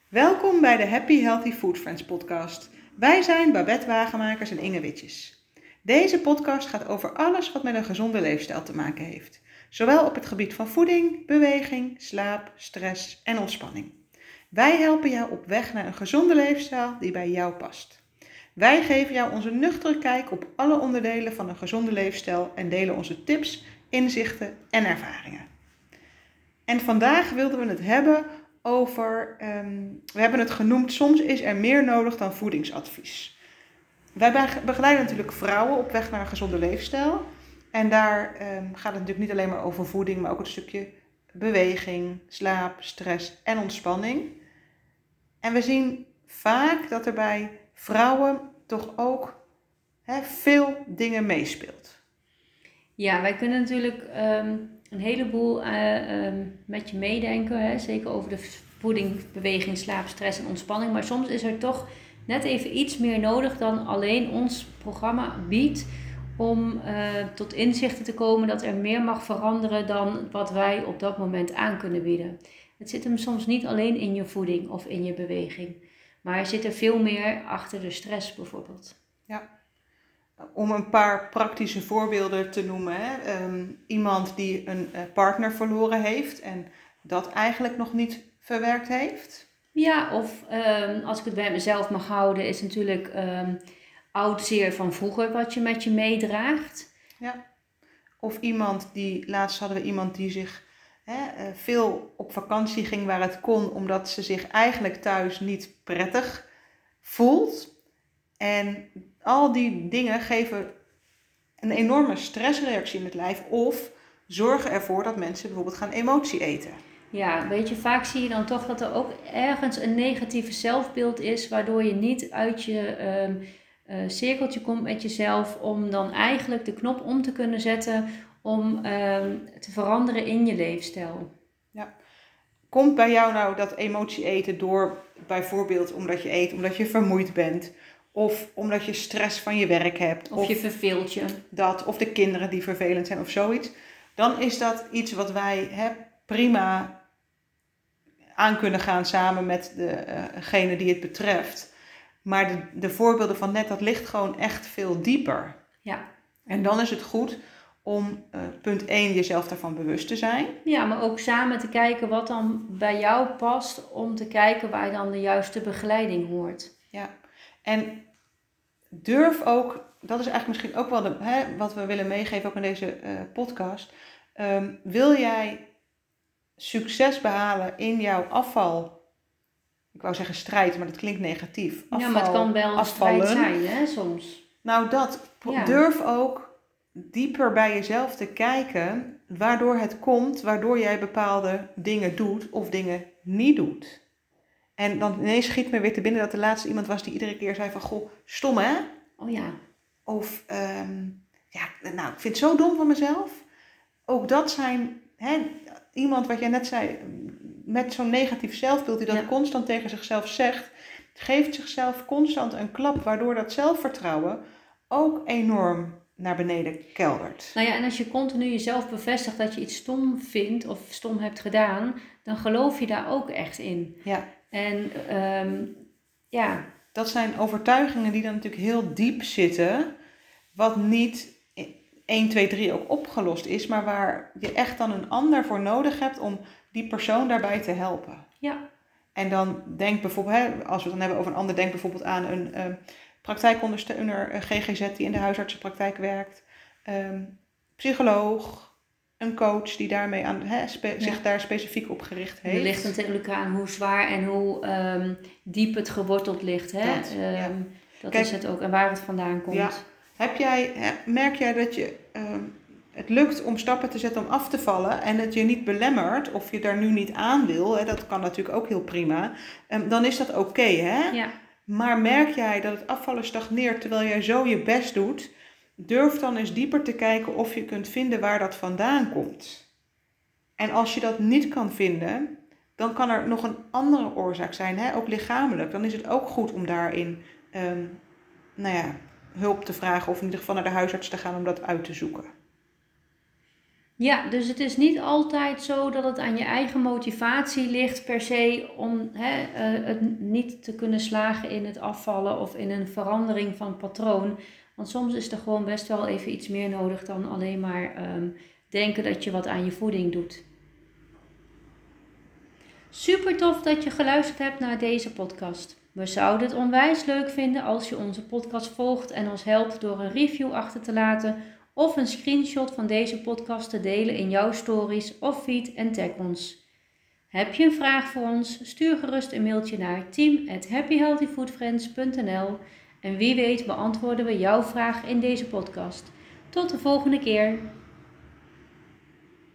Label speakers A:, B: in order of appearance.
A: Welkom bij de Happy Healthy Food Friends podcast. Wij zijn Babette Wagenmakers en Inge Witjes. Deze podcast gaat over alles wat met een gezonde leefstijl te maken heeft. Zowel op het gebied van voeding, beweging, slaap, stress en ontspanning. Wij helpen jou op weg naar een gezonde leefstijl die bij jou past. Wij geven jou onze nuchtere kijk op alle onderdelen van een gezonde leefstijl en delen onze tips, inzichten en ervaringen. En vandaag wilden we het hebben over, we hebben het genoemd, soms is er meer nodig dan voedingsadvies. Wij begeleiden natuurlijk vrouwen op weg naar een gezonde leefstijl. En daar gaat het natuurlijk niet alleen maar over voeding, maar ook een stukje beweging, slaap, stress en ontspanning. En we zien vaak dat er bij vrouwen toch ook veel dingen meespeelt.
B: Ja, wij kunnen natuurlijk een heleboel met je meedenken. Hè? Zeker over de voeding, beweging, slaap, stress en ontspanning. Maar soms is er toch net even iets meer nodig dan alleen ons programma biedt. Om tot inzichten te komen dat er meer mag veranderen dan wat wij op dat moment aan kunnen bieden. Het zit hem soms niet alleen in je voeding of in je beweging. Maar er zit er veel meer achter de stress bijvoorbeeld.
A: Ja. Om een paar praktische voorbeelden te noemen. Iemand die een partner verloren heeft en dat eigenlijk nog niet verwerkt heeft.
B: Ja, of als ik het bij mezelf mag houden, is natuurlijk oud zeer van vroeger wat je met je meedraagt.
A: Ja. Of laatst hadden we iemand die zich veel op vakantie ging waar het kon, omdat ze zich eigenlijk thuis niet prettig voelt. En al die dingen geven een enorme stressreactie in het lijf of zorgen ervoor dat mensen bijvoorbeeld gaan emotie eten.
B: Ja, weet je, vaak zie je dan toch dat er ook ergens een negatieve zelfbeeld is, waardoor je niet uit je cirkeltje komt met jezelf om dan eigenlijk de knop om te kunnen zetten om te veranderen in je leefstijl.
A: Ja. Komt bij jou nou dat emotie eten door bijvoorbeeld omdat je eet, omdat je vermoeid bent of omdat je stress van je werk hebt?
B: Of je verveelt je.
A: Of de kinderen die vervelend zijn of zoiets. Dan is dat iets wat wij prima aan kunnen gaan samen met degene die het betreft. Maar de voorbeelden van net, dat ligt gewoon echt veel dieper.
B: Ja.
A: En dan is het goed om punt 1 jezelf daarvan bewust te zijn.
B: Ja, maar ook samen te kijken wat dan bij jou past, om te kijken waar dan de juiste begeleiding hoort.
A: Ja, en durf ook, dat is eigenlijk misschien ook wel wat we willen meegeven ook in deze podcast. Wil jij succes behalen in jouw afval? Ik wou zeggen strijd, maar dat klinkt negatief.
B: Ja, maar het kan wel een strijd zijn, hè, soms.
A: Nou, durf ook dieper bij jezelf te kijken waardoor het komt, waardoor jij bepaalde dingen doet of dingen niet doet. En dan ineens schiet me weer te binnen dat de laatste iemand was die iedere keer zei van, goh, stom hè?
B: Oh ja.
A: Of, ik vind het zo dom van mezelf. Ook dat zijn, iemand wat jij net zei, met zo'n negatief zelfbeeld die dat constant tegen zichzelf zegt, geeft zichzelf constant een klap, waardoor dat zelfvertrouwen ook enorm naar beneden keldert.
B: Nou ja, en als je continu jezelf bevestigt dat je iets stom vindt of stom hebt gedaan, dan geloof je daar ook echt in.
A: Ja.
B: En
A: dat zijn overtuigingen die dan natuurlijk heel diep zitten, wat niet 1, 2, 3 ook opgelost is, maar waar je echt dan een ander voor nodig hebt om die persoon daarbij te helpen.
B: Ja.
A: En dan denk bijvoorbeeld, als we het dan hebben over een ander, denk bijvoorbeeld aan een praktijkondersteuner, GGZ die in de huisartsenpraktijk werkt, psycholoog, een coach die daarmee zich daar specifiek op gericht heeft.
B: Het ligt natuurlijk aan hoe zwaar en hoe diep het geworteld ligt. Hè? Dat Kijk, is het ook en waar het vandaan komt.
A: Ja. Merk jij dat je het lukt om stappen te zetten om af te vallen en het je niet belemmert of je daar nu niet aan wil, dat kan natuurlijk ook heel prima, dan is dat oké, hè?
B: Ja.
A: Maar merk jij dat het afvallen stagneert terwijl jij zo je best doet, durf dan eens dieper te kijken of je kunt vinden waar dat vandaan komt. En als je dat niet kan vinden, dan kan er nog een andere oorzaak zijn, ook lichamelijk. Dan is het ook goed om daarin hulp te vragen of in ieder geval naar de huisarts te gaan om dat uit te zoeken.
B: Ja, dus het is niet altijd zo dat het aan je eigen motivatie ligt per se om het niet te kunnen slagen in het afvallen of in een verandering van patroon. Want soms is er gewoon best wel even iets meer nodig dan alleen maar denken dat je wat aan je voeding doet. Super tof dat je geluisterd hebt naar deze podcast. We zouden het onwijs leuk vinden als je onze podcast volgt en ons helpt door een review achter te laten of een screenshot van deze podcast te delen in jouw stories of feed en tag ons. Heb je een vraag voor ons? Stuur gerust een mailtje naar team@happyhealthyfoodfriends.nl en wie weet beantwoorden we jouw vraag in deze podcast. Tot de volgende keer!